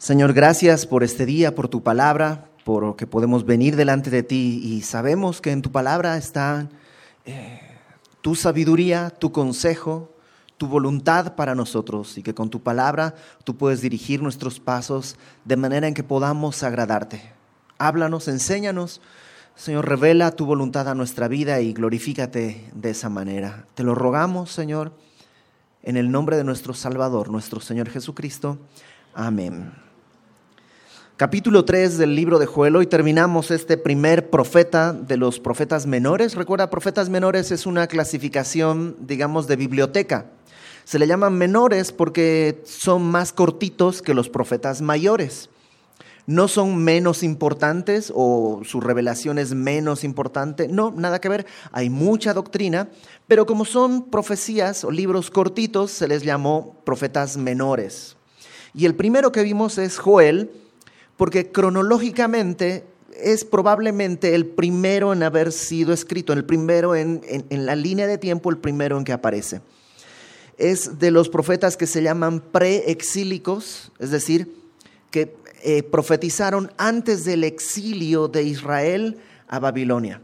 Señor, gracias por este día, por tu palabra, por que podemos venir delante de ti y sabemos que en tu palabra está tu sabiduría, tu consejo, tu voluntad para nosotros y que con tu palabra tú puedes dirigir nuestros pasos de manera en que podamos agradarte. Háblanos, enséñanos, Señor, revela tu voluntad a nuestra vida y glorifícate de esa manera. Te lo rogamos, Señor, en el nombre de nuestro Salvador, nuestro Señor Jesucristo. Amén. Capítulo 3 del libro de Joel. Hoy terminamos este primer profeta de los profetas menores. Recuerda, profetas menores es una clasificación, digamos, de biblioteca. Se le llaman menores porque son más cortitos que los profetas mayores. No son menos importantes o su revelación es menos importante. No, nada que ver. Hay mucha doctrina, pero como son profecías o libros cortitos, se les llamó profetas menores. Y el primero que vimos es Joel, porque cronológicamente es probablemente el primero en haber sido escrito, el primero en la línea de tiempo, el primero en que aparece. Es de los profetas que se llaman preexílicos, es decir, que profetizaron antes del exilio de Israel a Babilonia.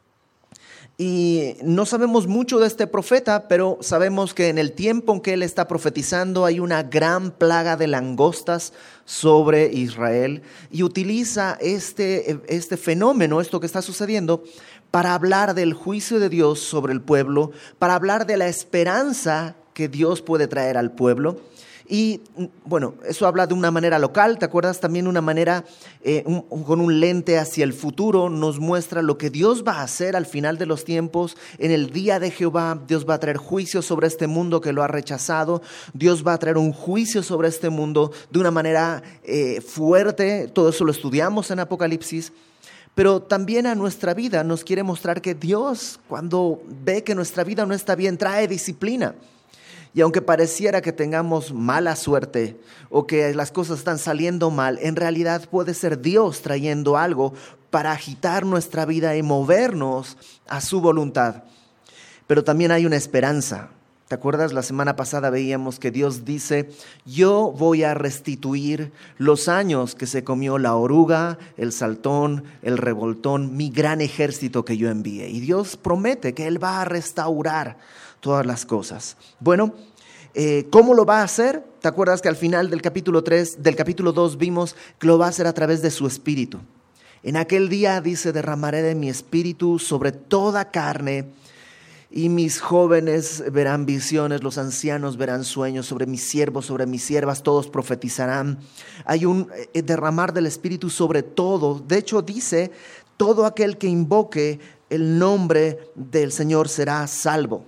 Y no sabemos mucho de este profeta, pero sabemos que en el tiempo en que él está profetizando hay una gran plaga de langostas sobre Israel y utiliza este fenómeno, esto que está sucediendo, para hablar del juicio de Dios sobre el pueblo, para hablar de la esperanza que Dios puede traer al pueblo. Y bueno, eso habla de una manera local, ¿te acuerdas? También una manera con un lente hacia el futuro, nos muestra lo que Dios va a hacer al final de los tiempos. En el día de Jehová, Dios va a traer juicio sobre este mundo que lo ha rechazado. Dios va a traer un juicio sobre este mundo de una manera fuerte. Todo eso lo estudiamos en Apocalipsis. Pero también a nuestra vida nos quiere mostrar que Dios, cuando ve que nuestra vida no está bien, trae disciplina. Y aunque pareciera que tengamos mala suerte o que las cosas están saliendo mal, en realidad puede ser Dios trayendo algo para agitar nuestra vida y movernos a su voluntad. Pero también hay una esperanza. ¿Te acuerdas? La semana pasada veíamos que Dios dice: yo voy a restituir los años que se comió la oruga, el saltón, el revoltón, mi gran ejército que yo envié. Y Dios promete que Él va a restaurar todas las cosas. Bueno, ¿cómo lo va a hacer? ¿Te acuerdas que al final del capítulo 2 vimos que lo va a hacer a través de su espíritu? En aquel día, dice, derramaré de mi espíritu sobre toda carne y mis jóvenes verán visiones, los ancianos verán sueños, sobre mis siervos, sobre mis siervas, todos profetizarán. Hay un derramar del espíritu sobre todo. De hecho, dice, todo aquel que invoque el nombre del Señor será salvo.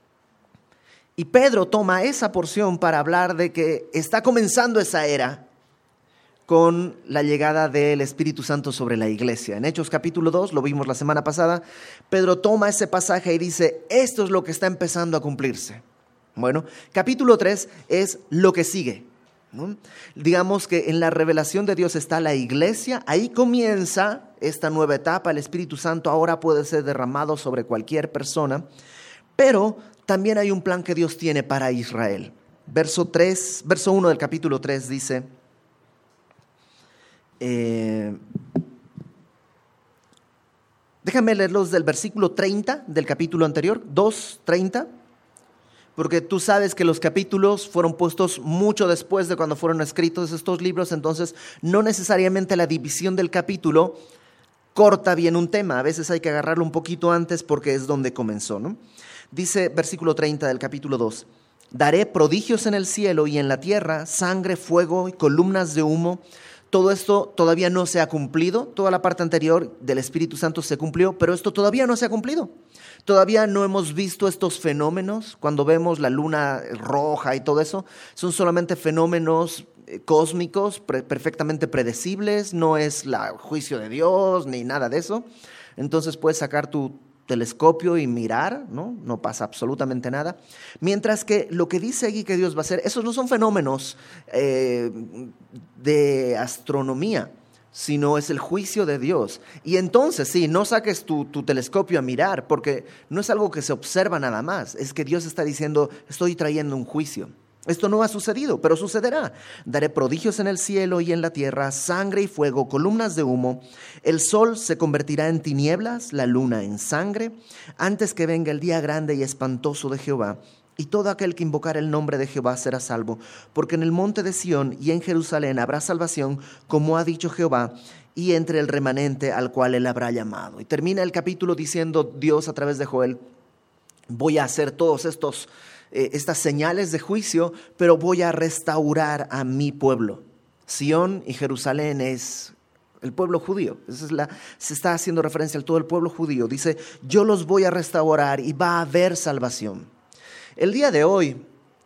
Y Pedro toma esa porción para hablar de que está comenzando esa era con la llegada del Espíritu Santo sobre la iglesia. En Hechos capítulo 2, lo vimos la semana pasada, Pedro toma ese pasaje y dice, esto es lo que está empezando a cumplirse. Bueno, capítulo 3 es lo que sigue, ¿no? Digamos que en la revelación de Dios está la iglesia, ahí comienza esta nueva etapa, el Espíritu Santo ahora puede ser derramado sobre cualquier persona, pero también hay un plan que Dios tiene verso Israel. Verso 1 del capítulo 3 dice, déjame leerlos del versículo 30 del capítulo anterior, 2:30, porque tú sabes que los capítulos fueron puestos mucho después de cuando fueron escritos estos libros, entonces no necesariamente la división del capítulo corta bien un tema, a veces hay que agarrarlo un poquito antes porque es donde comenzó, ¿no? Dice versículo 30 del capítulo 2, daré prodigios en el cielo y en la tierra, sangre, fuego y columnas de humo. Todo esto todavía no se ha cumplido, toda la parte anterior del Espíritu Santo se cumplió, pero esto todavía no se ha cumplido. Todavía no hemos visto estos fenómenos, cuando vemos la luna roja y todo eso, son solamente fenómenos cósmicos, perfectamente predecibles, no es el juicio de Dios ni nada de eso. Entonces puedes sacar tu telescopio y mirar, no pasa absolutamente nada. Mientras que lo que dice aquí que Dios va a hacer, esos no son fenómenos de astronomía, sino es el juicio de Dios. Y entonces sí, no saques tu telescopio a mirar, porque no es algo que se observa nada más, es que Dios está diciendo, estoy trayendo un juicio. Esto no ha sucedido, pero sucederá. Daré prodigios en el cielo y en la tierra, sangre y fuego, columnas de humo. El sol se convertirá en tinieblas, la luna en sangre, antes que venga el día grande y espantoso de Jehová. Y todo aquel que invocar el nombre de Jehová será salvo, porque en el monte de Sión y en Jerusalén habrá salvación, como ha dicho Jehová, y entre el remanente al cual él habrá llamado. Y termina el capítulo diciendo Dios a través de Joel: voy a hacer todos estas señales de juicio, pero voy a restaurar a mi pueblo. Sión y Jerusalén es el pueblo judío. Se está haciendo referencia a todo el pueblo judío. Dice, yo los voy a restaurar y va a haber salvación. El día de hoy,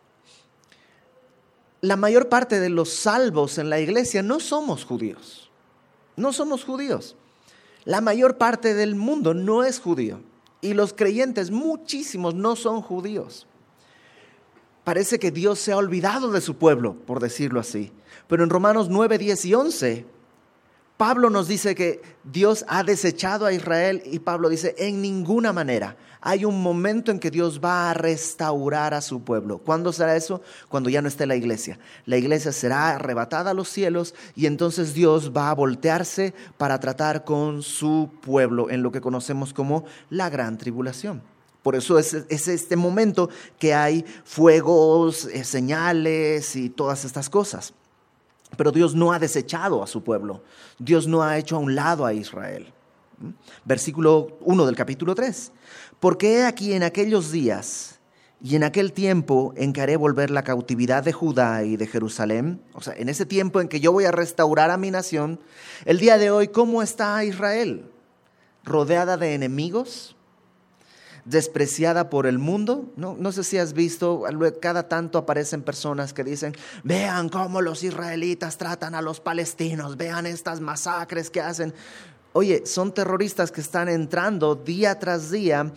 la mayor parte de los salvos en la iglesia no somos judíos. No somos judíos. La mayor parte del mundo no es judío. Y los creyentes, muchísimos, no son judíos. Parece que Dios se ha olvidado de su pueblo, por decirlo así. Pero en Romanos 9, 10 y 11, Pablo nos dice que Dios ha desechado a Israel y Pablo dice, en ninguna manera. Hay un momento en que Dios va a restaurar a su pueblo. ¿Cuándo será eso? Cuando ya no esté la iglesia. La iglesia será arrebatada a los cielos y entonces Dios va a voltearse para tratar con su pueblo en lo que conocemos como la gran tribulación. Por eso es este momento que hay fuegos, señales y todas estas cosas. Pero Dios no ha desechado a su pueblo. Dios no ha hecho a un lado a Israel. Versículo 1 del capítulo 3. Porque he aquí en aquellos días y en aquel tiempo en que haré volver la cautividad de Judá y de Jerusalén, o sea, en ese tiempo en que yo voy a restaurar a mi nación, el día de hoy, ¿cómo está Israel? ¿Rodeada de enemigos? ¿Despreciada por el mundo? No sé si has visto, cada tanto aparecen personas que dicen, vean cómo los israelitas tratan a los palestinos, vean estas masacres que hacen. Oye, son terroristas que están entrando día tras día.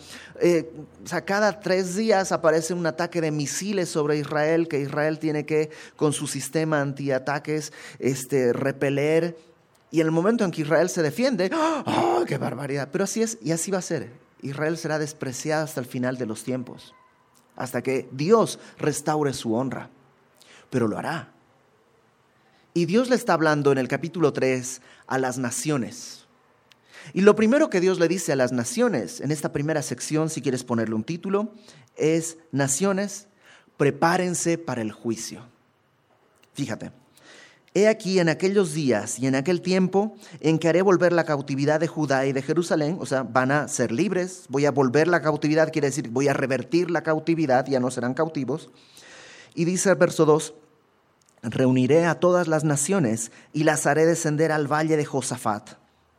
Cada 3 días aparece un ataque de misiles sobre Israel, que Israel tiene que, con su sistema antiataques, repeler. Y en el momento en que Israel se defiende, ¡oh, qué barbaridad! Pero así es, y así va a ser. Israel será despreciado hasta el final de los tiempos, hasta que Dios restaure su honra. Pero lo hará. Y Dios le está hablando en el capítulo 3 a las naciones. Y lo primero que Dios le dice a las naciones, en esta primera sección, si quieres ponerle un título, es: naciones, prepárense para el juicio. Fíjate, he aquí en aquellos días y en aquel tiempo en que haré volver la cautividad de Judá y de Jerusalén, o sea, van a ser libres, voy a volver la cautividad, quiere decir, voy a revertir la cautividad, ya no serán cautivos. Y dice el verso 2, reuniré a todas las naciones y las haré descender al valle de Josafat.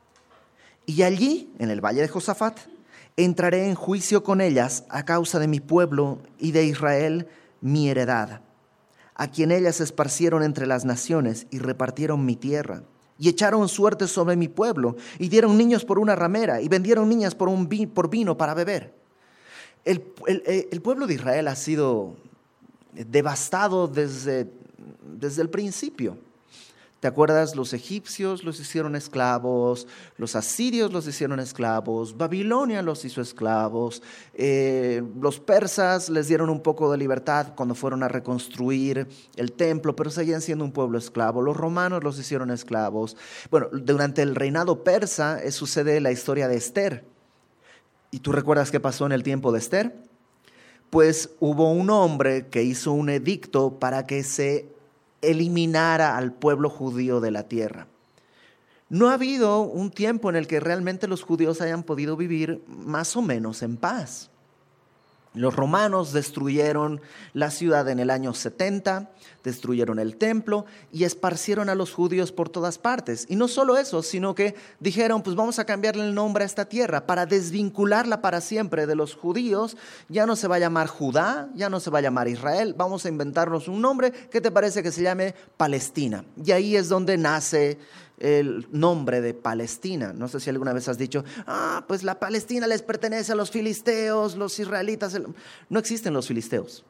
Y allí, en el valle de Josafat, entraré en juicio con ellas a causa de mi pueblo y de Israel, mi heredad, a quien ellas esparcieron entre las naciones y repartieron mi tierra, y echaron suerte sobre mi pueblo, y dieron niños por una ramera, y vendieron niñas por vino para beber. El pueblo de Israel ha sido devastado desde el principio. ¿Te acuerdas? Los egipcios los hicieron esclavos, los asirios los hicieron esclavos, Babilonia los hizo esclavos, los persas les dieron un poco de libertad cuando fueron a reconstruir el templo, pero seguían siendo un pueblo esclavo. Los romanos los hicieron esclavos. Bueno, durante el reinado persa sucede la historia de Esther. ¿Y tú recuerdas qué pasó en el tiempo de Esther? Pues hubo un hombre que hizo un edicto para que se eliminara al pueblo judío de la tierra. No ha habido un tiempo en el que realmente los judíos hayan podido vivir más o menos en paz. Los romanos destruyeron la ciudad en el año 70, destruyeron el templo y esparcieron a los judíos por todas partes. Y no solo eso, sino que dijeron, pues vamos a cambiarle el nombre a esta tierra para desvincularla para siempre de los judíos. Ya no se va a llamar Judá, ya no se va a llamar Israel, vamos a inventarnos un nombre. ¿Qué te parece que se llame Palestina? Y ahí es donde nace el nombre de Palestina. No sé si alguna vez has dicho, pues la Palestina les pertenece a los filisteos, los israelitas. No existen los filisteos.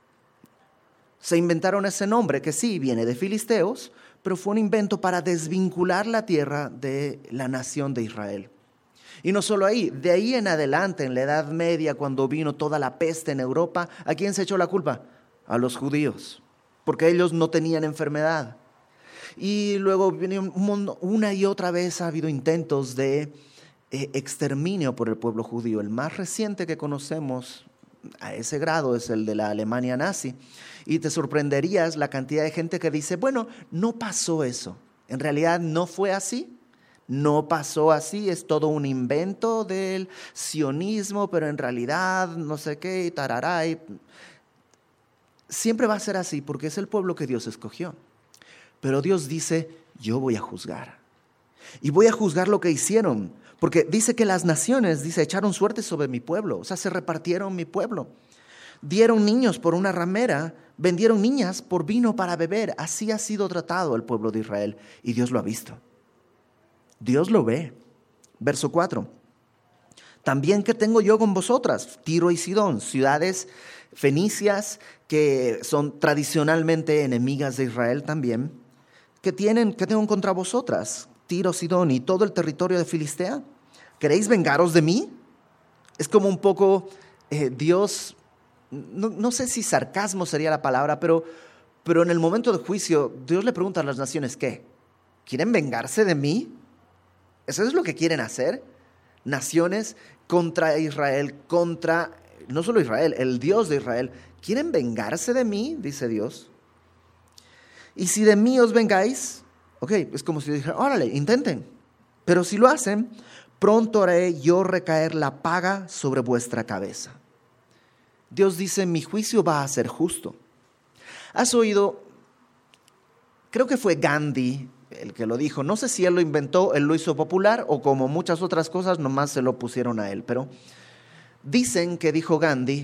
Se inventaron ese nombre que sí viene de filisteos, pero fue un invento para desvincular la tierra de la nación de Israel. Y no solo ahí, de ahí en adelante, en la Edad Media, cuando vino toda la peste en Europa, ¿a quién se echó la culpa? a los judíos, porque ellos no tenían enfermedad. Y luego una y otra vez ha habido intentos de exterminio por el pueblo judío. El más reciente que conocemos a ese grado es el de la Alemania nazi. Y te sorprenderías la cantidad de gente que dice, bueno, no pasó eso. En realidad no fue así. No pasó así, es todo un invento del sionismo, pero en realidad no sé qué, y tarará. Siempre va a ser así porque es el pueblo que Dios escogió. Pero Dios dice, yo voy a juzgar. Y voy a juzgar lo que hicieron. Porque dice que las naciones, echaron suerte sobre mi pueblo. O sea, se repartieron mi pueblo. Dieron niños por una ramera, vendieron niñas por vino para beber. Así ha sido tratado el pueblo de Israel. Y Dios lo ha visto. Dios lo ve. Verso 4. También que tengo yo con vosotras, Tiro y Sidón, ciudades fenicias que son tradicionalmente enemigas de Israel también, que tengo contra vosotras, Tiro, Sidón y todo el territorio de Filistea. ¿Queréis vengaros de mí? Es como un poco Dios, no sé si sarcasmo sería la palabra, pero en el momento del juicio, Dios le pregunta a las naciones, ¿qué? ¿Quieren vengarse de mí? ¿Eso es lo que quieren hacer? Naciones contra Israel, contra, no solo Israel, el Dios de Israel. ¿Quieren vengarse de mí? Dice Dios. Y si de mí os vengáis, es como si dijera, órale, intenten. Pero si lo hacen, pronto haré yo recaer la paga sobre vuestra cabeza. Dios dice, mi juicio va a ser justo. ¿Has oído? Creo que fue Gandhi el que lo dijo. No sé si él lo inventó, él lo hizo popular o como muchas otras cosas nomás se lo pusieron a él. Pero dicen que dijo Gandhi,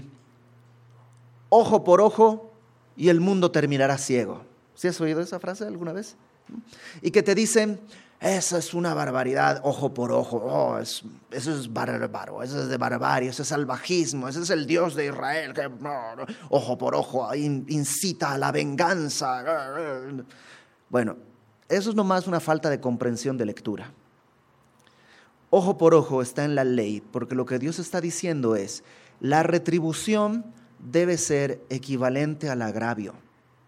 ojo por ojo y el mundo terminará ciego. ¿Sí has oído esa frase alguna vez? Y que te dicen, esa es una barbaridad, ojo por ojo, eso es bárbaro, eso es de barbarie, eso es salvajismo, ese es el Dios de Israel, que ojo por ojo incita a la venganza. Bueno, eso es nomás una falta de comprensión de lectura. Ojo por ojo está en la ley, porque lo que Dios está diciendo es, la retribución debe ser equivalente al agravio.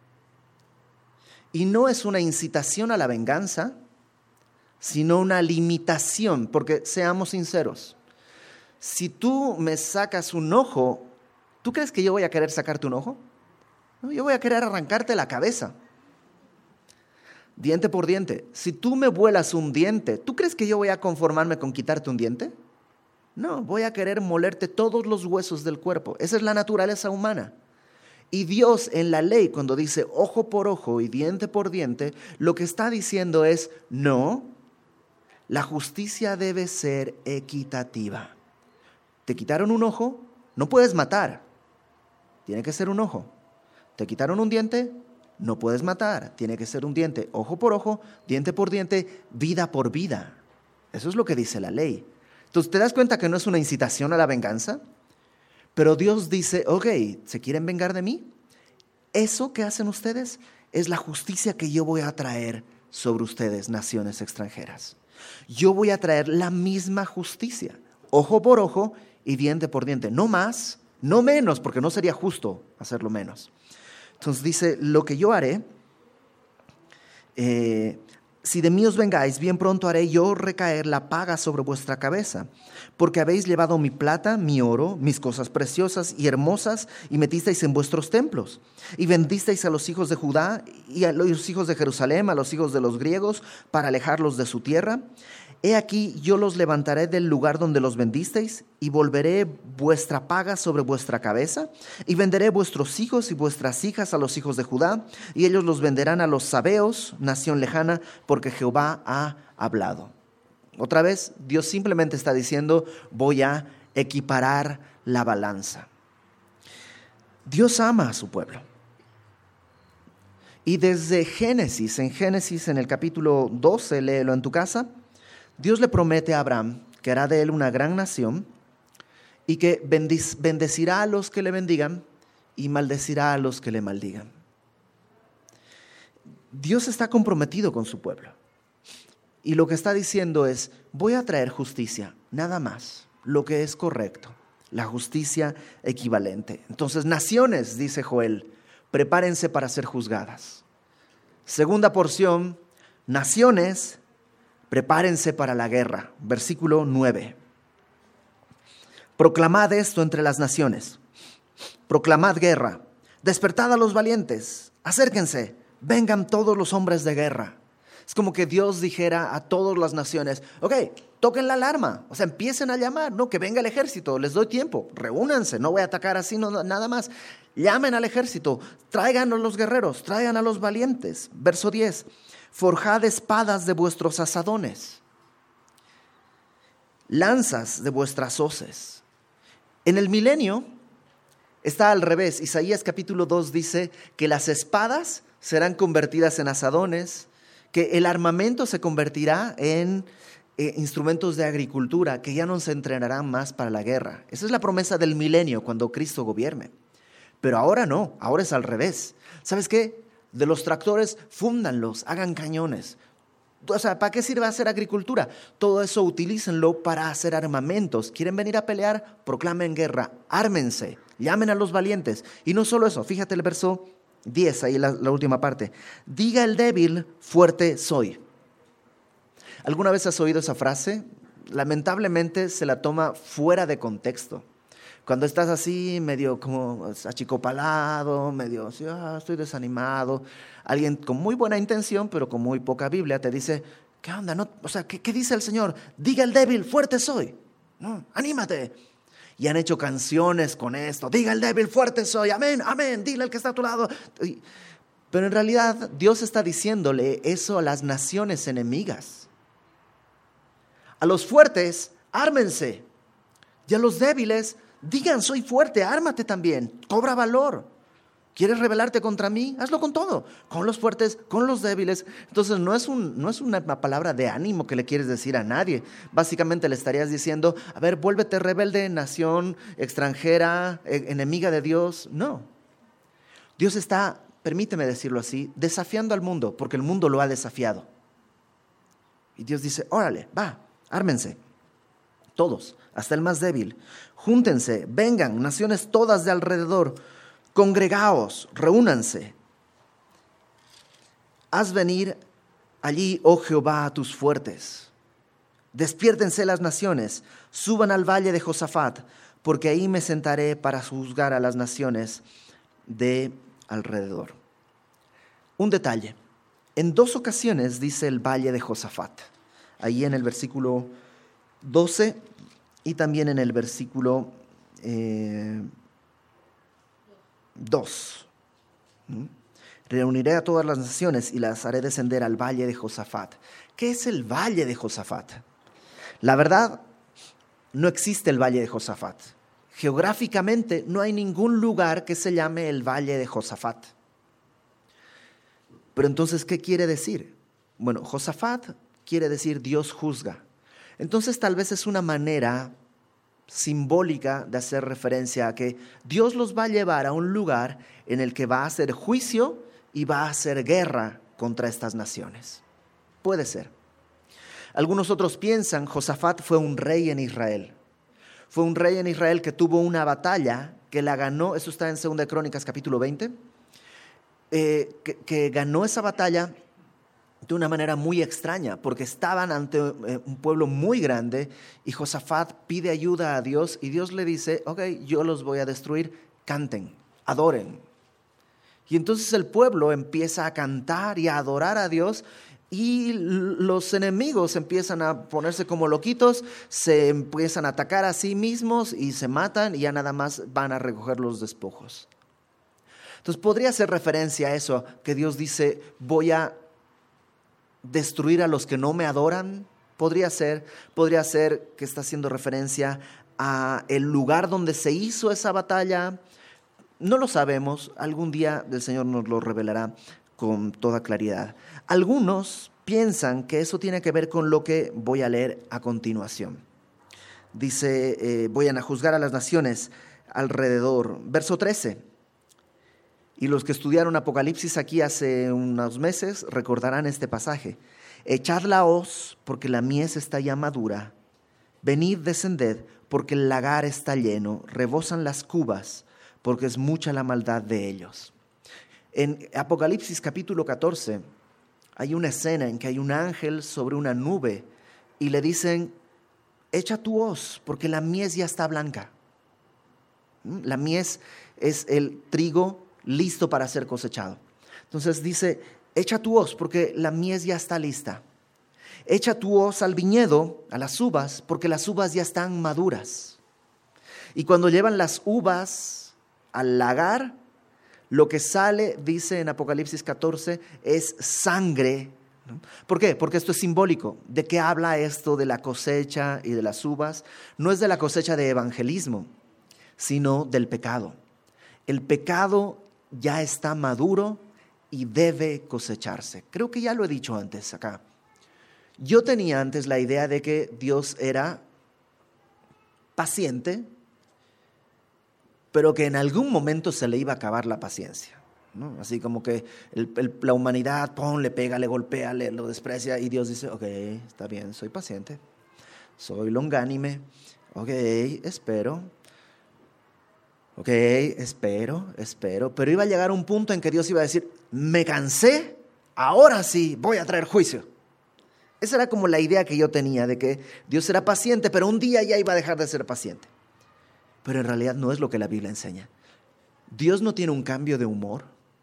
Y no es una incitación a la venganza, sino una limitación, porque seamos sinceros, si tú me sacas un ojo, ¿tú crees que yo voy a querer sacarte un ojo? No, yo voy a querer arrancarte la cabeza. Diente por diente. Si tú me vuelas un diente, ¿tú crees que yo voy a conformarme con quitarte un diente? No, voy a querer molerte todos los huesos del cuerpo. Esa es la naturaleza humana. Y Dios en la ley, cuando dice ojo por ojo y diente por diente, lo que está diciendo es, no, la justicia debe ser equitativa. Te quitaron un ojo, no puedes matar, tiene que ser un ojo. Te quitaron un diente, no puedes matar, tiene que ser un diente. Ojo por ojo, diente por diente, vida por vida. Eso es lo que dice la ley. Entonces, ¿te das cuenta que no es una incitación a la venganza? Pero Dios dice, ¿se quieren vengar de mí? Eso que hacen ustedes es la justicia que yo voy a traer sobre ustedes, naciones extranjeras. Yo voy a traer la misma justicia, ojo por ojo y diente por diente. No más, no menos, porque no sería justo hacerlo menos. Entonces dice, lo que yo haré, si de mí os vengáis, bien pronto haré yo recaer la paga sobre vuestra cabeza, porque habéis llevado mi plata, mi oro, mis cosas preciosas y hermosas, y metisteis en vuestros templos, y vendisteis a los hijos de Judá y a los hijos de Jerusalén, a los hijos de los griegos, para alejarlos de su tierra. He aquí, yo los levantaré del lugar donde los vendisteis, y volveré vuestra paga sobre vuestra cabeza, y venderé vuestros hijos y vuestras hijas a los hijos de Judá, y ellos los venderán a los sabeos, nación lejana, porque Jehová ha hablado. Otra vez, Dios simplemente está diciendo, voy a equiparar la balanza. Dios ama a su pueblo. Y desde Génesis, en el capítulo 12, léelo en tu casa, Dios le promete a Abraham que hará de él una gran nación y que bendecirá a los que le bendigan y maldecirá a los que le maldigan. Dios está comprometido con su pueblo. Y lo que está diciendo es, voy a traer justicia, nada más, lo que es correcto, la justicia equivalente. Entonces, naciones, dice Joel, prepárense para ser juzgadas. Segunda porción, naciones, prepárense para la guerra. Versículo 9. Proclamad esto entre las naciones. Proclamad guerra. Despertad a los valientes. Acérquense. Vengan todos los hombres de guerra. Es como que Dios dijera a todas las naciones, ok, toquen la alarma, o sea, empiecen a llamar, no, que venga el ejército, les doy tiempo, reúnanse, no voy a atacar así, no, nada más. Llamen al ejército, traigan a los guerreros, traigan a los valientes. Verso 10, forjad espadas de vuestros asadones, lanzas de vuestras hoces. En el milenio está al revés. Isaías capítulo 2 dice que las espadas serán convertidas en asadones, que el armamento se convertirá en instrumentos de agricultura, que ya no se entrenarán más para la guerra. Esa es la promesa del milenio, cuando Cristo gobierne. Pero ahora no, ahora es al revés. ¿Sabes qué? De los tractores, fúndanlos, hagan cañones. O sea, ¿para qué sirve hacer agricultura? Todo eso utilícenlo para hacer armamentos. ¿Quieren venir a pelear? Proclamen guerra, ármense, llamen a los valientes. Y no solo eso, fíjate el verso 10, ahí la última parte. Diga el débil, fuerte soy. ¿Alguna vez has oído esa frase? Lamentablemente se la toma fuera de contexto. Cuando estás así, medio como achicopalado, medio así, estoy desanimado. Alguien con muy buena intención, pero con muy poca Biblia, te dice, ¿qué onda? No, o sea, ¿qué dice el Señor? Diga el débil, fuerte soy. No, anímate. Y han hecho canciones con esto. Diga el débil, fuerte soy. Amén, amén. Dile al que está a tu lado. Pero en realidad Dios está diciéndole eso a las naciones enemigas. A los fuertes, ármense. Y a los débiles, digan, soy fuerte, ármate también. Cobra valor. ¿Quieres rebelarte contra mí? Hazlo con todo. Con los fuertes, con los débiles. Entonces no es una palabra de ánimo que le quieres decir a nadie. Básicamente le estarías diciendo, a ver, vuélvete rebelde, nación extranjera, enemiga de Dios. No. Dios está, permíteme decirlo así, desafiando al mundo, porque el mundo lo ha desafiado. Y Dios dice, órale, va, ármense. Todos, hasta el más débil. Júntense, vengan, naciones todas de alrededor. Congregaos, reúnanse. Haz venir allí, oh Jehová, a tus fuertes. Despiértense las naciones, suban al valle de Josafat, porque ahí me sentaré para juzgar a las naciones de alrededor. Un detalle, en 2 ocasiones dice el valle de Josafat, ahí en el versículo 12 y también en el versículo 2. Reuniré a todas las naciones y las haré descender al valle de Josafat. ¿Qué es el valle de Josafat? La verdad, no existe el valle de Josafat. Geográficamente no hay ningún lugar que se llame el valle de Josafat. Pero entonces, ¿qué quiere decir? Bueno, Josafat quiere decir Dios juzga. Entonces tal vez es una manera simbólica de hacer referencia a que Dios los va a llevar a un lugar en el que va a hacer juicio y va a hacer guerra contra estas naciones. Puede ser. Algunos otros piensan Josafat fue un rey en Israel. Fue un rey en Israel que tuvo una batalla que la ganó, eso está en 2 Crónicas capítulo 20, que ganó esa batalla de una manera muy extraña, porque estaban ante un pueblo muy grande y Josafat pide ayuda a Dios y Dios le dice, ok, yo los voy a destruir, canten, adoren. Y entonces el pueblo empieza a cantar y a adorar a Dios y los enemigos empiezan a ponerse como loquitos, se empiezan a atacar a sí mismos y se matan y ya nada más van a recoger los despojos. Entonces podría hacer referencia a eso, que Dios dice, voy a destruir a los que no me adoran. Podría ser que está haciendo referencia a el lugar donde se hizo esa batalla. No lo sabemos, algún día el Señor nos lo revelará con toda claridad. Algunos piensan que eso tiene que ver con lo que voy a leer a continuación. Dice, voy a juzgar a las naciones alrededor. Verso 13. Y los que estudiaron Apocalipsis aquí hace unos meses recordarán este pasaje. Echad la hoz, porque la mies está ya madura. Venid, descended, porque el lagar está lleno. Rebosan las cubas, porque es mucha la maldad de ellos. En Apocalipsis capítulo 14 hay una escena en que hay un ángel sobre una nube y le dicen, echa tu hoz porque la mies ya está blanca. La mies es el trigo listo para ser cosechado. Entonces dice, echa tu hoz porque la mies ya está lista. Echa tu hoz al viñedo, a las uvas, porque las uvas ya están maduras. Y cuando llevan las uvas al lagar, lo que sale, dice en Apocalipsis 14, es sangre. ¿No? ¿Por qué? Porque esto es simbólico. ¿De qué habla esto de la cosecha y de las uvas? No es de la cosecha de evangelismo, sino del pecado. El pecado ya está maduro y debe cosecharse. Creo que ya lo he dicho antes acá. Yo tenía antes la idea de que Dios era paciente, pero que en algún momento se le iba a acabar la paciencia, ¿no? Así como que la humanidad le pega, le golpea, lo desprecia y Dios dice, ok, está bien, soy paciente, soy longánime, ok, espero, pero iba a llegar un punto en que Dios iba a decir, me cansé, ahora sí voy a traer juicio. Esa era como la idea que yo tenía de que Dios era paciente, pero un día ya iba a dejar de ser paciente. Pero en realidad no es lo que la Biblia enseña. Dios no tiene un cambio de humor.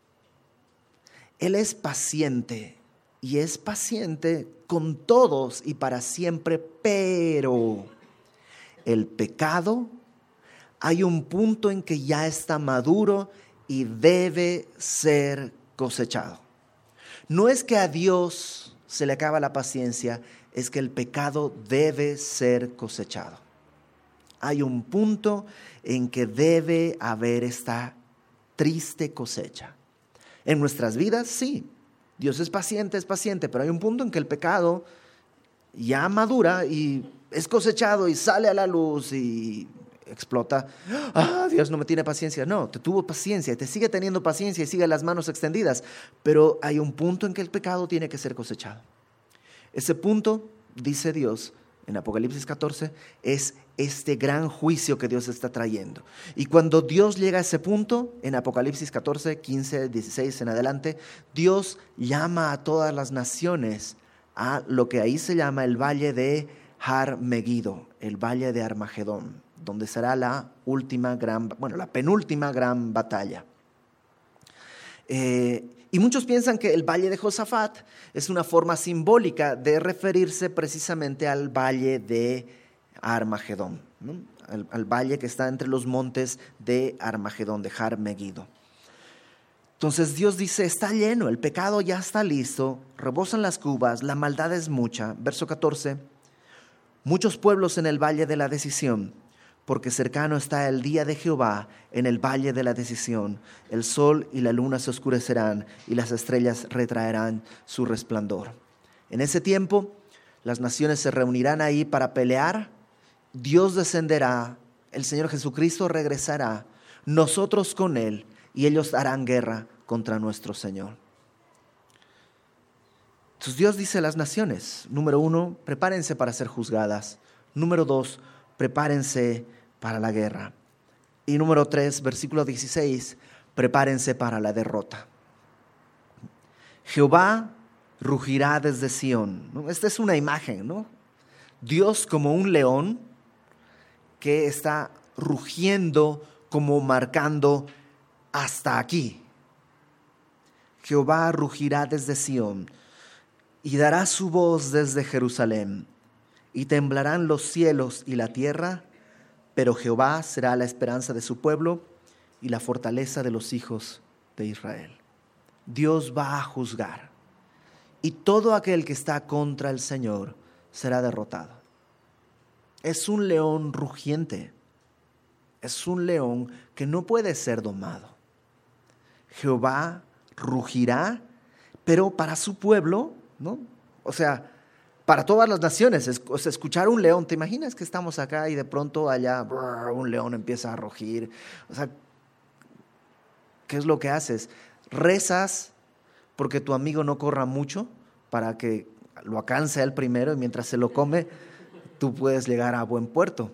Él es paciente y es paciente con todos y para siempre, pero el pecado, hay un punto en que ya está maduro y debe ser cosechado. No es que a Dios se le acaba la paciencia, es que el pecado debe ser cosechado. Hay un punto en que debe haber esta triste cosecha. En nuestras vidas, sí, Dios es paciente, pero hay un punto en que el pecado ya madura y es cosechado y sale a la luz y explota. Dios no me tiene paciencia. No, te tuvo paciencia, te sigue teniendo paciencia y sigue las manos extendidas, pero hay un punto en que el pecado tiene que ser cosechado. Ese punto, dice Dios en Apocalipsis 14, es este gran juicio que Dios está trayendo. Y cuando Dios llega a ese punto, en Apocalipsis 14, 15, 16 en adelante, Dios llama a todas las naciones a lo que ahí se llama el valle de Har Megiddo, el valle de Armagedón, donde será la penúltima gran batalla. Y muchos piensan que el valle de Josafat es una forma simbólica de referirse precisamente al valle de Armagedón, ¿no? Al valle que está entre los montes de Armagedón, de Har Megiddo. Entonces Dios dice, está lleno, el pecado ya está listo, rebosan las cubas, la maldad es mucha. Verso 14, muchos pueblos en el valle de la decisión, porque cercano está el día de Jehová en el valle de la decisión. El sol y la luna se oscurecerán y las estrellas retraerán su resplandor. En ese tiempo, las naciones se reunirán ahí para pelear. Dios descenderá, el Señor Jesucristo regresará, nosotros con Él, y ellos harán guerra contra nuestro Señor. Entonces Dios dice a las naciones, número 1, prepárense para ser juzgadas. Número 2, prepárense para la guerra. Y número 3, versículo 16, prepárense para la derrota. Jehová rugirá desde Sión, ¿no? Esta es una imagen, ¿no? Dios como un león que está rugiendo, como marcando hasta aquí. Jehová rugirá desde Sión y dará su voz desde Jerusalén. Y temblarán los cielos y la tierra, pero Jehová será la esperanza de su pueblo y la fortaleza de los hijos de Israel. Dios va a juzgar, y todo aquel que está contra el Señor será derrotado. Es un león rugiente, es un león que no puede ser domado. Jehová rugirá, pero para su pueblo, ¿no? O sea, para todas las naciones. Escuchar un león, ¿te imaginas que estamos acá y de pronto allá un león empieza a rugir? O sea, ¿qué es lo que haces? Rezas porque tu amigo no corra mucho para que lo alcance él primero y mientras se lo come, tú puedes llegar a buen puerto.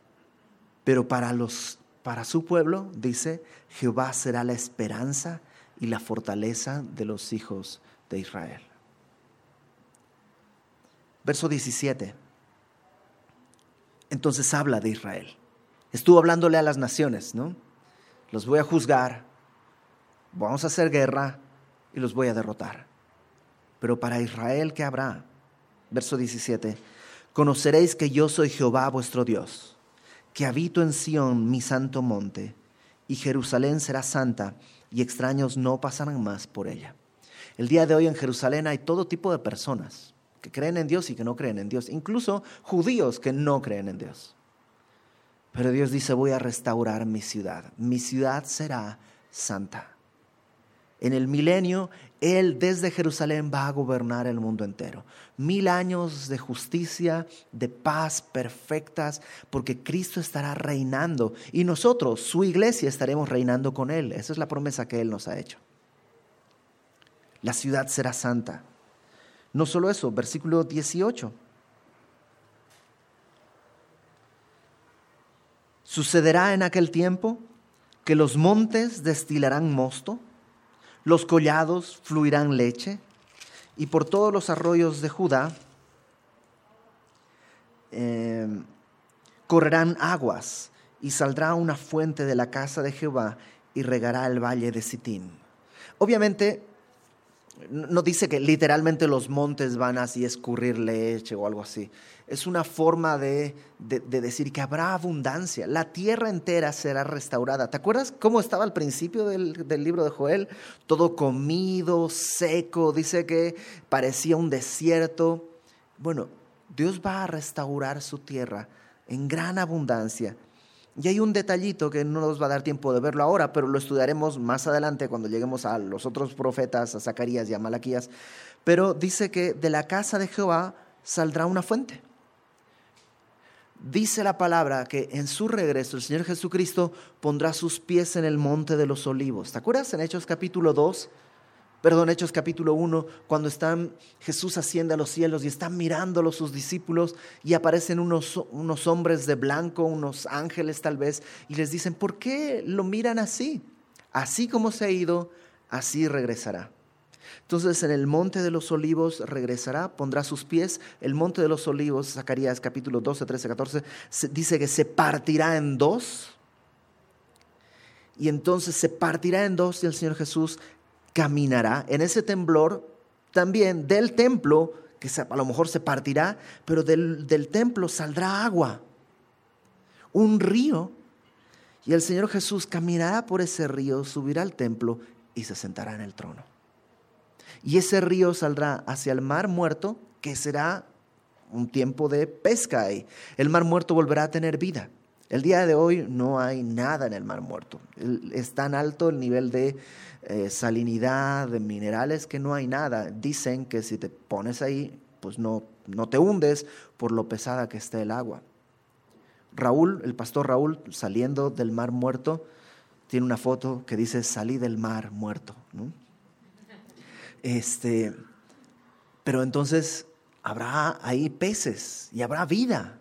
Pero para su pueblo, dice, Jehová será la esperanza y la fortaleza de los hijos de Israel. Verso 17. Entonces habla de Israel. Estuvo hablándole a las naciones, ¿no? Los voy a juzgar, vamos a hacer guerra y los voy a derrotar. Pero para Israel, ¿qué habrá? Verso 17. Conoceréis que yo soy Jehová vuestro Dios, que habito en Sión, mi santo monte, y Jerusalén será santa, y extraños no pasarán más por ella. El día de hoy en Jerusalén hay todo tipo de personas que creen en Dios y que no creen en Dios, incluso judíos que no creen en Dios. Pero Dios dice, voy a restaurar mi ciudad será santa. En el milenio, Él desde Jerusalén va a gobernar el mundo entero. 1000 años de justicia, de paz perfectas, porque Cristo estará reinando y nosotros, su iglesia, estaremos reinando con Él. Esa es la promesa que Él nos ha hecho. La ciudad será santa. No solo eso, versículo 18. Sucederá en aquel tiempo que los montes destilarán mosto, los collados fluirán leche, y por todos los arroyos de Judá correrán aguas, y saldrá una fuente de la casa de Jehová y regará el valle de Sitín. Obviamente, no dice que literalmente los montes van así a escurrir leche o algo así. Es una forma de decir que habrá abundancia. La tierra entera será restaurada. ¿Te acuerdas cómo estaba al principio del libro de Joel? Todo comido, seco, dice que parecía un desierto. Bueno, Dios va a restaurar su tierra en gran abundancia. Y hay un detallito que no nos va a dar tiempo de verlo ahora, pero lo estudiaremos más adelante cuando lleguemos a los otros profetas, a Zacarías y a Malaquías. Pero dice que de la casa de Jehová saldrá una fuente. Dice la palabra que en su regreso el Señor Jesucristo pondrá sus pies en el monte de los olivos. ¿Te acuerdas en Hechos capítulo 1, cuando Jesús asciende a los cielos y están mirándolo sus discípulos y aparecen unos hombres de blanco, unos ángeles tal vez, y les dicen, ¿por qué lo miran así? Así como se ha ido, así regresará. Entonces en el monte de los olivos regresará, pondrá sus pies. El monte de los olivos, Zacarías capítulo 12, 13, 14, dice que se partirá en dos. Y entonces se partirá en dos y el Señor Jesús caminará en ese temblor también del templo, que a lo mejor se partirá, pero del templo saldrá agua, un río, y el Señor Jesús caminará por ese río, subirá al templo y se sentará en el trono. Y ese río saldrá hacia el mar muerto, que será un tiempo de pesca ahí. El mar muerto volverá a tener vida. El día de hoy no hay nada en el mar muerto. Es tan alto el nivel de salinidad, de minerales, que no hay nada. Dicen que si te pones ahí, pues no te hundes por lo pesada que esté el agua. El pastor Raúl, saliendo del mar muerto, tiene una foto que dice, salí del mar muerto, ¿no? Pero entonces habrá ahí peces y habrá vida.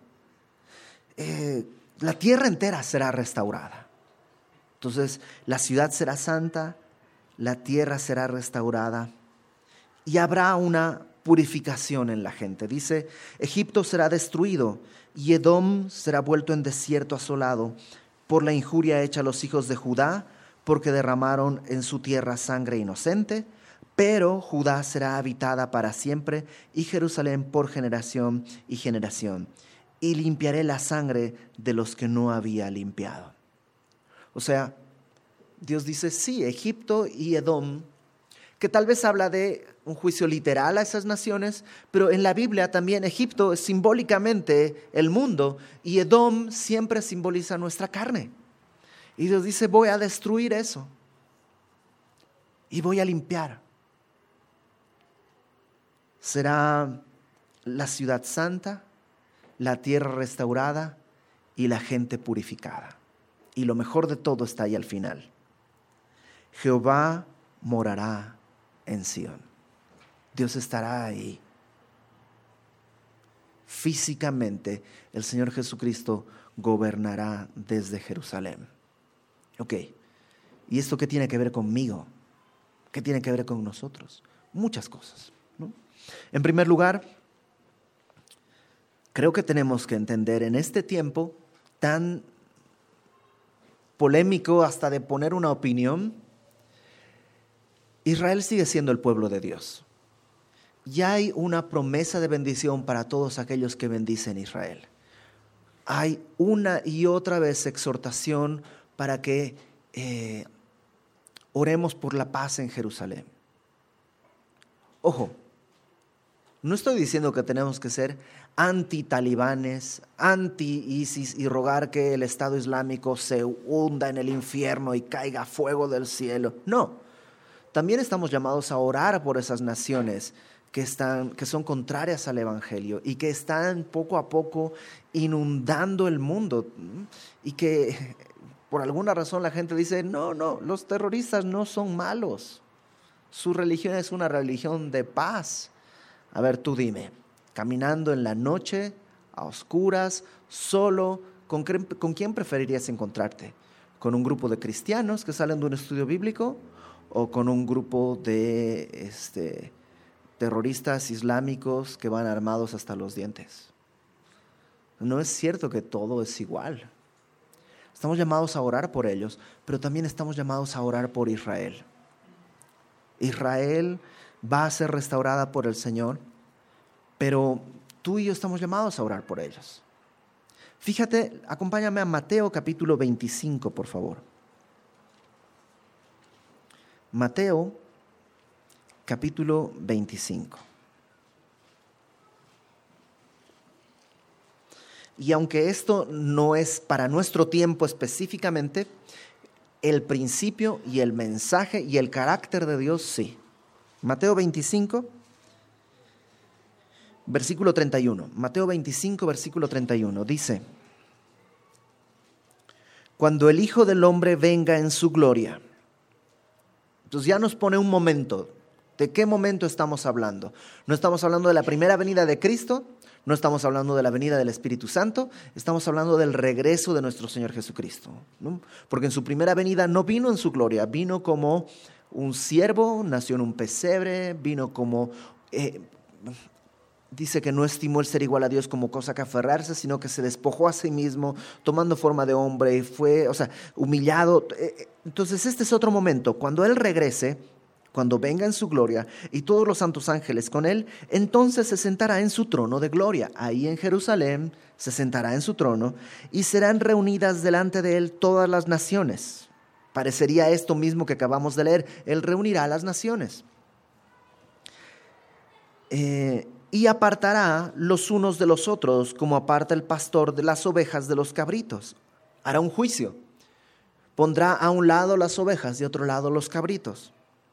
La tierra entera será restaurada. Entonces la ciudad será santa, la tierra será restaurada y habrá una purificación en la gente. Dice, Egipto será destruido y Edom será vuelto en desierto asolado por la injuria hecha a los hijos de Judá, porque derramaron en su tierra sangre inocente. Pero Judá será habitada para siempre y Jerusalén por generación y generación. Y limpiaré la sangre de los que no había limpiado. O sea, Dios dice, sí, Egipto y Edom, que tal vez habla de un juicio literal a esas naciones, pero en la Biblia también Egipto es simbólicamente el mundo y Edom siempre simboliza nuestra carne. Y Dios dice, voy a destruir eso y voy a limpiar. Será la ciudad santa, la tierra restaurada y la gente purificada. Y lo mejor de todo está ahí al final. Jehová morará en Sión. Dios estará ahí. Físicamente, el Señor Jesucristo gobernará desde Jerusalén. Ok, ¿y esto qué tiene que ver conmigo? ¿Qué tiene que ver con nosotros? Muchas cosas, ¿no? En primer lugar, creo que tenemos que entender en este tiempo tan polémico hasta de poner una opinión, Israel sigue siendo el pueblo de Dios. Ya hay una promesa de bendición para todos aquellos que bendicen Israel. Hay una y otra vez exhortación para que oremos por la paz en Jerusalén. Ojo, no estoy diciendo que tenemos que ser anti-talibanes, anti-ISIS y rogar que el Estado Islámico se hunda en el infierno y caiga fuego del cielo. No, también estamos llamados a orar por esas naciones que son contrarias al Evangelio y que están poco a poco inundando el mundo y que por alguna razón la gente dice, no, los terroristas no son malos, su religión es una religión de paz. A ver, tú dime, caminando en la noche, a oscuras, solo, ¿con quién preferirías encontrarte? ¿Con un grupo de cristianos que salen de un estudio bíblico o con un grupo de terroristas islámicos que van armados hasta los dientes? No es cierto que todo es igual. Estamos llamados a orar por ellos, pero también estamos llamados a orar por Israel. Israel va a ser restaurada por el Señor, pero tú y yo estamos llamados a orar por ellos. Fíjate, acompáñame a Mateo capítulo 25, por favor. Mateo capítulo 25. Y aunque esto no es para nuestro tiempo específicamente, el principio y el mensaje y el carácter de Dios sí. Mateo 25, versículo 31. Mateo 25, versículo 31. Dice, cuando el Hijo del Hombre venga en su gloria. Entonces ya nos pone un momento. ¿De qué momento estamos hablando? No estamos hablando de la primera venida de Cristo, no estamos hablando de la venida del Espíritu Santo, estamos hablando del regreso de nuestro Señor Jesucristo, ¿no? Porque en su primera venida no vino en su gloria, vino como un siervo, nació en un pesebre, vino como, dice que no estimó el ser igual a Dios como cosa que aferrarse, sino que se despojó a sí mismo, tomando forma de hombre y fue, humillado. Entonces este es otro momento, cuando Él regrese, cuando venga en su gloria y todos los santos ángeles con Él, entonces se sentará en su trono de gloria. Ahí en Jerusalén se sentará en su trono y serán reunidas delante de Él todas las naciones. Parecería esto mismo que acabamos de leer. Él reunirá a las naciones. Y apartará los unos de los otros, como aparta el pastor de las ovejas de los cabritos. Hará un juicio. Pondrá a un lado las ovejas y a otro lado los cabritos.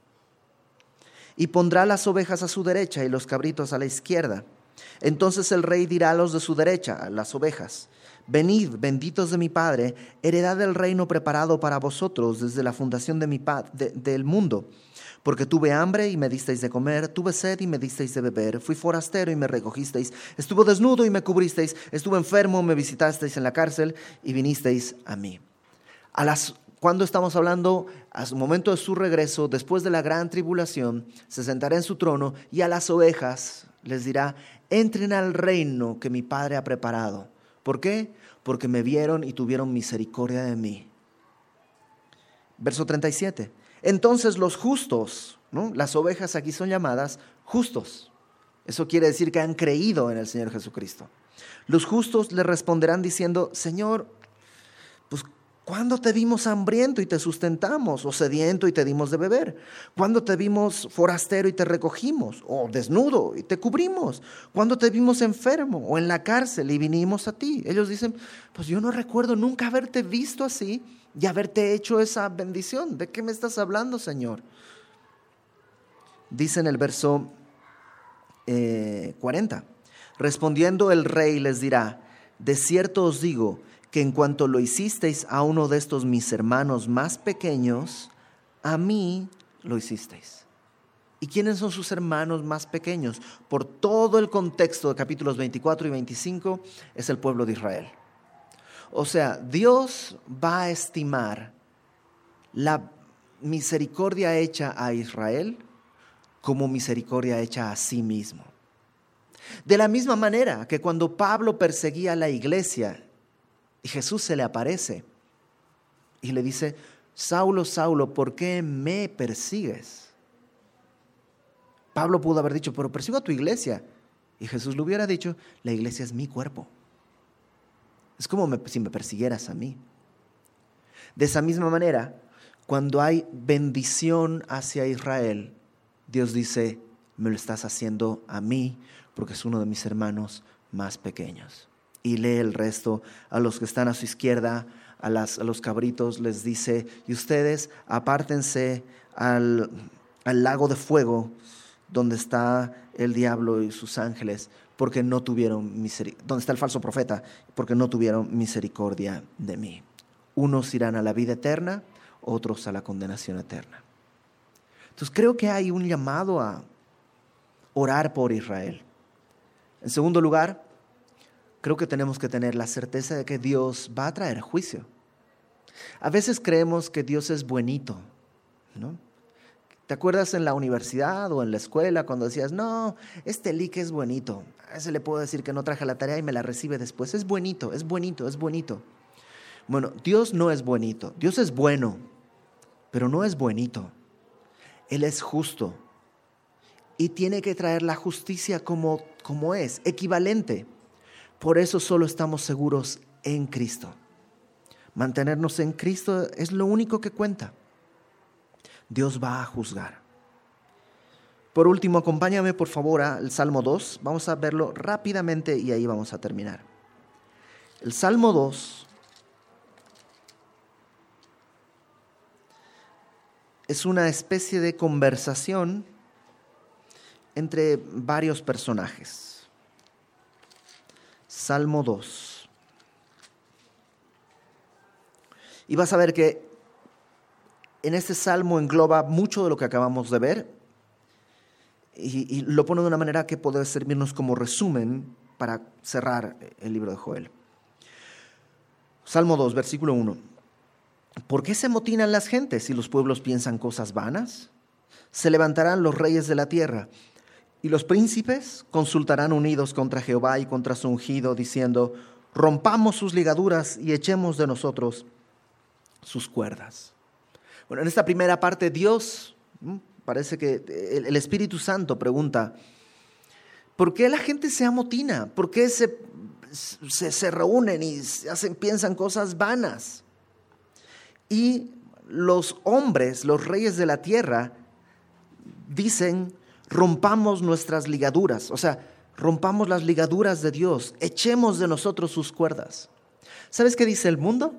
Y pondrá las ovejas a su derecha y los cabritos a la izquierda. Entonces el rey dirá a los de su derecha, a las ovejas, venid, benditos de mi Padre, heredad del reino preparado para vosotros desde la fundación del mundo. Porque tuve hambre y me disteis de comer, tuve sed y me disteis de beber, fui forastero y me recogisteis, estuve desnudo y me cubristeis, estuve enfermo, me visitasteis en la cárcel y vinisteis a mí. Cuando estamos hablando, a su momento de su regreso, después de la gran tribulación, se sentará en su trono y a las ovejas les dirá, entren al reino que mi Padre ha preparado. ¿Por qué? Porque me vieron y tuvieron misericordia de mí. Verso 37. Entonces los justos, ¿no? Las ovejas aquí son llamadas justos. Eso quiere decir que han creído en el Señor Jesucristo. Los justos le responderán diciendo, Señor, pues ¿cuándo te vimos hambriento y te sustentamos? ¿O sediento y te dimos de beber? ¿Cuándo te vimos forastero y te recogimos? ¿O desnudo y te cubrimos? ¿Cuándo te vimos enfermo o en la cárcel y vinimos a ti? Ellos dicen, pues yo no recuerdo nunca haberte visto así y haberte hecho esa bendición. ¿De qué me estás hablando, Señor? Dice en el verso 40. Respondiendo el rey les dirá, de cierto os digo, que en cuanto lo hicisteis a uno de estos mis hermanos más pequeños, a mí lo hicisteis. ¿Y quiénes son sus hermanos más pequeños? Por todo el contexto de capítulos 24 y 25 es el pueblo de Israel. O sea, Dios va a estimar misericordia hecha a Israel como misericordia hecha a sí mismo. De la misma manera que cuando Pablo perseguía a la iglesia y Jesús se le aparece y le dice: Saulo, Saulo, ¿por qué me persigues? Pablo pudo haber dicho: pero persigo a tu iglesia. Y Jesús le hubiera dicho: la iglesia es mi cuerpo. Es como si me persiguieras a mí. De esa misma manera, cuando hay bendición hacia Israel, Dios dice: me lo estás haciendo a mí porque es uno de mis hermanos más pequeños. Y lee el resto. A los que están a su izquierda, a los cabritos, les dice: y ustedes apártense al lago de fuego donde está el diablo y sus ángeles, porque no tuvieron misericordia, donde está el falso profeta, porque no tuvieron misericordia de mí. Unos irán a la vida eterna, otros a la condenación eterna. Entonces creo que hay un llamado a orar por Israel. En segundo lugar, creo que tenemos que tener la certeza de que Dios va a traer juicio. A veces creemos que Dios es buenito, ¿no? ¿Te acuerdas en la universidad o en la escuela cuando decías: no, este Lick es bonito, a ese le puedo decir que no traje la tarea y me la recibe después? Es bonito, es bonito, es bonito. Bueno, Dios no es bonito. Dios es bueno, pero no es bonito. Él es justo y tiene que traer la justicia como es, equivalente. Por eso solo estamos seguros en Cristo. Mantenernos en Cristo es lo único que cuenta. Dios va a juzgar. Por último, acompáñame por favor al Salmo 2. Vamos a verlo rápidamente y ahí vamos a terminar. El Salmo 2 es una especie de conversación entre varios personajes. Salmo 2. Y vas a ver que en este salmo engloba mucho de lo que acabamos de ver y lo pone de una manera que puede servirnos como resumen para cerrar el libro de Joel. Salmo 2, versículo 1. ¿Por qué se amotinan las gentes y los pueblos piensan cosas vanas? Se levantarán los reyes de la tierra y los príncipes consultarán unidos contra Jehová y contra su ungido, diciendo: rompamos sus ligaduras y echemos de nosotros sus cuerdas. Bueno, en esta primera parte Dios, parece que el Espíritu Santo pregunta: ¿por qué la gente se amotina? ¿Por qué se reúnen y piensan cosas vanas? Y los hombres, los reyes de la tierra, dicen: rompamos nuestras ligaduras, o sea, rompamos las ligaduras de Dios, echemos de nosotros sus cuerdas. ¿Sabes qué dice el mundo?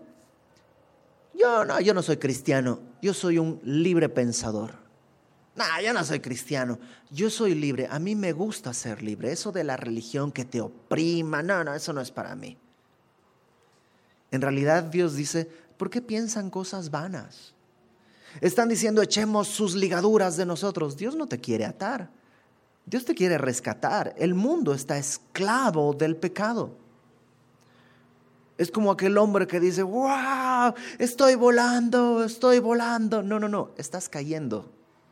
Yo no soy cristiano, yo soy un libre pensador. Yo no soy cristiano, yo soy libre, a mí me gusta ser libre. Eso de la religión que te oprima, eso no es para mí. En realidad Dios dice: ¿por qué piensan cosas vanas? Están diciendo: echemos sus ligaduras de nosotros. Dios no te quiere atar, Dios te quiere rescatar. El mundo está esclavo del pecado. Es como aquel hombre que dice: ¡wow! Estoy volando. No, estás cayendo.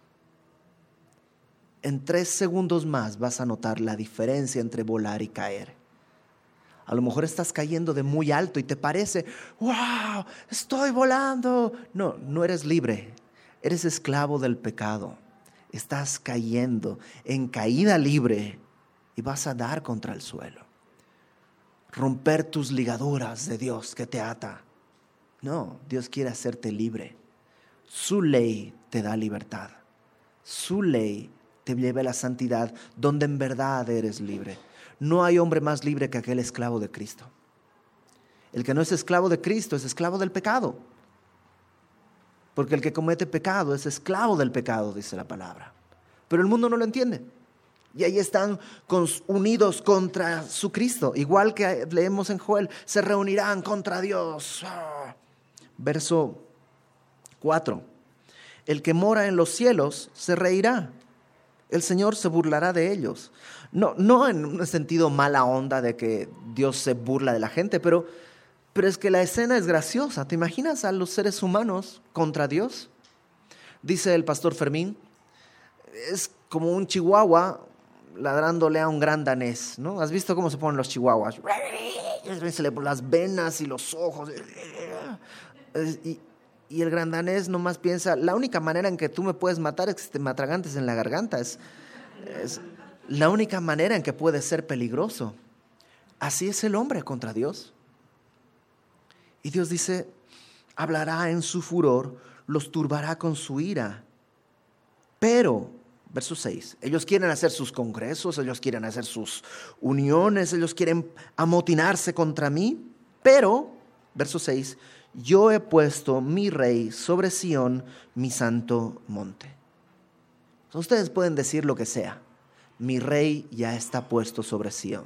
En 3 segundos más vas a notar la diferencia entre volar y caer. A lo mejor estás cayendo de muy alto y te parece: ¡wow! Estoy volando. No eres libre. Eres esclavo del pecado. Estás cayendo en caída libre y vas a dar contra el suelo. Romper tus ligaduras de Dios que te ata. No, Dios quiere hacerte libre. Su ley te da libertad. Su ley te lleva a la santidad, donde en verdad eres libre. No hay hombre más libre que aquel esclavo de Cristo. El que no es esclavo de Cristo es esclavo del pecado. Porque el que comete pecado es esclavo del pecado, dice la palabra. Pero el mundo no lo entiende. Y ahí están unidos contra su Cristo. Igual que leemos en Joel: se reunirán contra Dios. Verso 4. El que mora en los cielos se reirá. El Señor se burlará de ellos. No en un sentido mala onda de que Dios se burla de la gente, pero es que la escena es graciosa. ¿Te imaginas a los seres humanos contra Dios? Dice el pastor Fermín, es como un chihuahua ladrándole a un gran danés, ¿no? ¿Has visto cómo se ponen los chihuahuas? Se le ponen las venas y los ojos. Y el gran danés nomás piensa, la única manera en que tú me puedes matar es que te me atragantes en la garganta. Es la única manera en que puedes ser peligroso. Así es el hombre contra Dios. Y Dios dice, hablará en su furor, los turbará con su ira. Pero, verso 6, ellos quieren hacer sus congresos, ellos quieren hacer sus uniones, ellos quieren amotinarse contra mí. Pero, verso 6, yo he puesto mi rey sobre Sión, mi santo monte. Ustedes pueden decir lo que sea. Mi rey ya está puesto sobre Sión.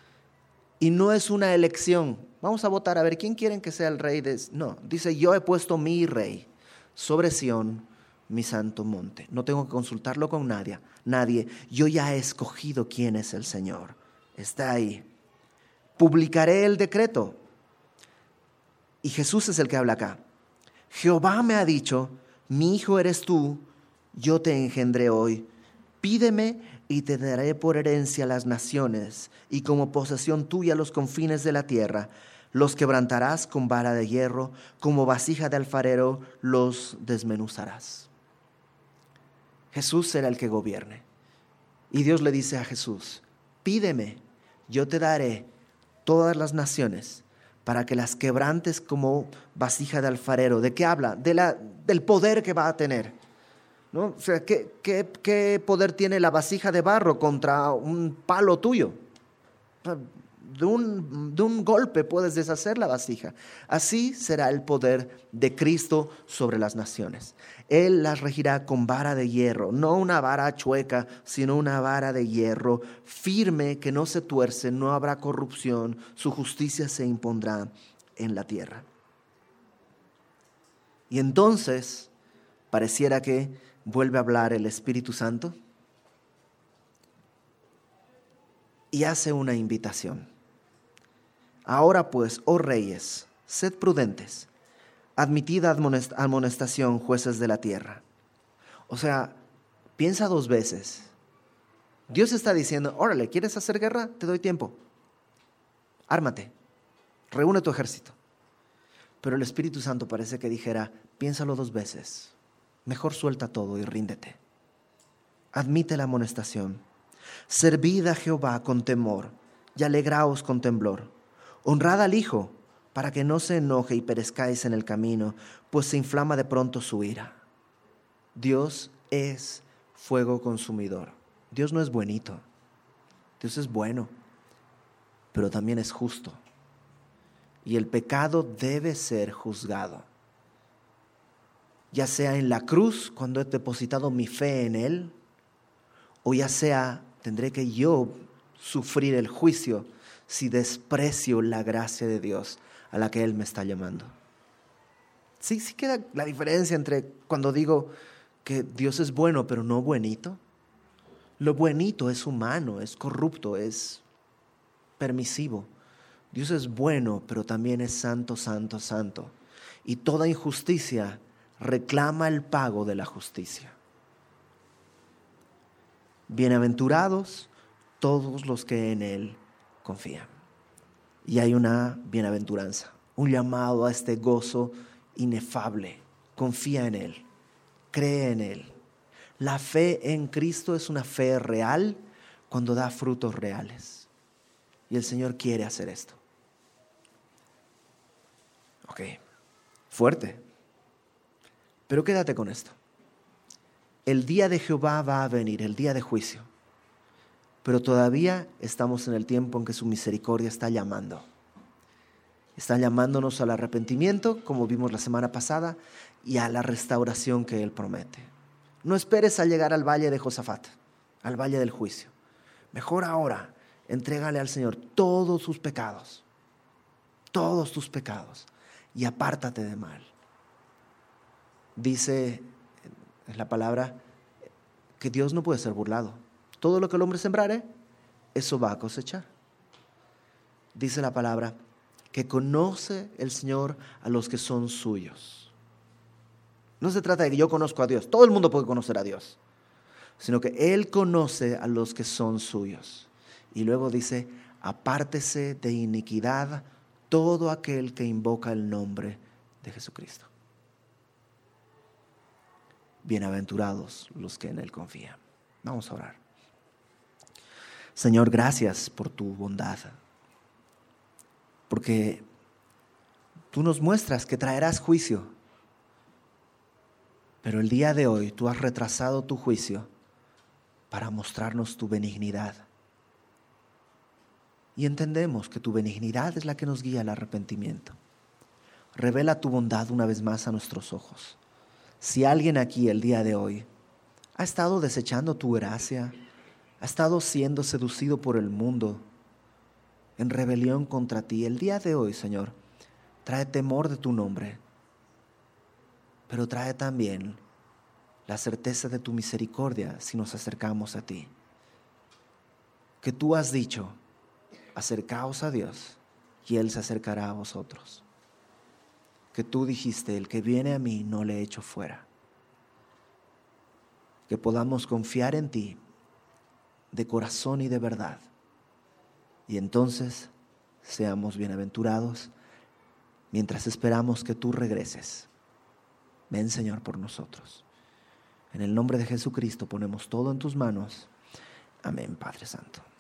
Y no es una elección. Vamos a votar a ver quién quieren que sea el rey de... No, dice yo he puesto mi rey sobre Sión, mi santo monte. No tengo que consultarlo con nadie. Yo ya he escogido quién es el Señor. Está ahí. Publicaré el decreto. Y Jesús es el que habla acá. Jehová me ha dicho, mi hijo eres tú, yo te engendré hoy. Pídeme y te daré por herencia las naciones y como posesión tuya los confines de la tierra. Los quebrantarás con vara de hierro, como vasija de alfarero los desmenuzarás. Jesús será el que gobierne. Y Dios le dice a Jesús, pídeme, yo te daré todas las naciones para que las quebrantes como vasija de alfarero. ¿De qué habla? Del poder que va a tener, ¿no? O sea, ¿qué poder tiene la vasija de barro contra un palo tuyo? O sea, de un golpe puedes deshacer la vasija. Así será el poder de Cristo sobre las naciones. Él las regirá con vara de hierro, no una vara chueca, sino una vara de hierro, firme que no se tuerce, no habrá corrupción, su justicia se impondrá en la tierra. Y entonces, pareciera que vuelve a hablar el Espíritu Santo y hace una invitación. Ahora pues, oh reyes, sed prudentes, admitid amonestación, jueces de la tierra. O sea, piensa dos veces. Dios está diciendo, órale, ¿quieres hacer guerra? Te doy tiempo. Ármate, reúne tu ejército. Pero el Espíritu Santo parece que dijera, piénsalo dos veces. Mejor suelta todo y ríndete. Admite la amonestación. Servid a Jehová con temor y alegraos con temblor. Honrad al Hijo, para que no se enoje y perezcáis en el camino, pues se inflama de pronto su ira. Dios es fuego consumidor. Dios no es buenito. Dios es bueno, pero también es justo. Y el pecado debe ser juzgado. Ya sea en la cruz, cuando he depositado mi fe en Él, o ya sea, tendré que yo sufrir el juicio si desprecio la gracia de Dios a la que Él me está llamando. Sí queda la diferencia entre cuando digo que Dios es bueno, pero no buenito. Lo buenito es humano, es corrupto, es permisivo. Dios es bueno, pero también es santo, santo, santo. Y toda injusticia reclama el pago de la justicia. Bienaventurados todos los que en Él confían. Y hay una bienaventuranza, un llamado a este gozo inefable. Confía en Él, cree en Él. La fe en Cristo es una fe real cuando da frutos reales. Y el Señor quiere hacer esto. Ok, fuerte. Pero quédate con esto. El día de Jehová va a venir, el día de juicio. Pero todavía estamos en el tiempo en que su misericordia está llamando. Está llamándonos al arrepentimiento, como vimos la semana pasada, y a la restauración que Él promete. No esperes a llegar al valle de Josafat, al valle del juicio. Mejor ahora, entrégale al Señor todos tus pecados, y apártate de mal. Dice en la palabra que Dios no puede ser burlado. Todo lo que el hombre sembrare, eso va a cosechar. Dice la palabra que conoce el Señor a los que son suyos. No se trata de que yo conozco a Dios. Todo el mundo puede conocer a Dios. Sino que Él conoce a los que son suyos. Y luego dice, apártese de iniquidad todo aquel que invoca el nombre de Jesucristo. Bienaventurados los que en Él confían. Vamos a orar. Señor, gracias por tu bondad. Porque tú nos muestras que traerás juicio. Pero el día de hoy tú has retrasado tu juicio para mostrarnos tu benignidad. Y entendemos que tu benignidad es la que nos guía al arrepentimiento. Revela tu bondad una vez más a nuestros ojos. Si alguien aquí el día de hoy ha estado desechando tu gracia, ha estado siendo seducido por el mundo, en rebelión contra ti, el día de hoy, Señor, trae temor de tu nombre, pero trae también la certeza de tu misericordia si nos acercamos a ti. Que tú has dicho, acercaos a Dios y Él se acercará a vosotros. Que tú dijiste, el que viene a mí no le echo fuera. Que podamos confiar en ti de corazón y de verdad. Y entonces seamos bienaventurados mientras esperamos que tú regreses. Ven, Señor, por nosotros. En el nombre de Jesucristo ponemos todo en tus manos. Amén, Padre Santo.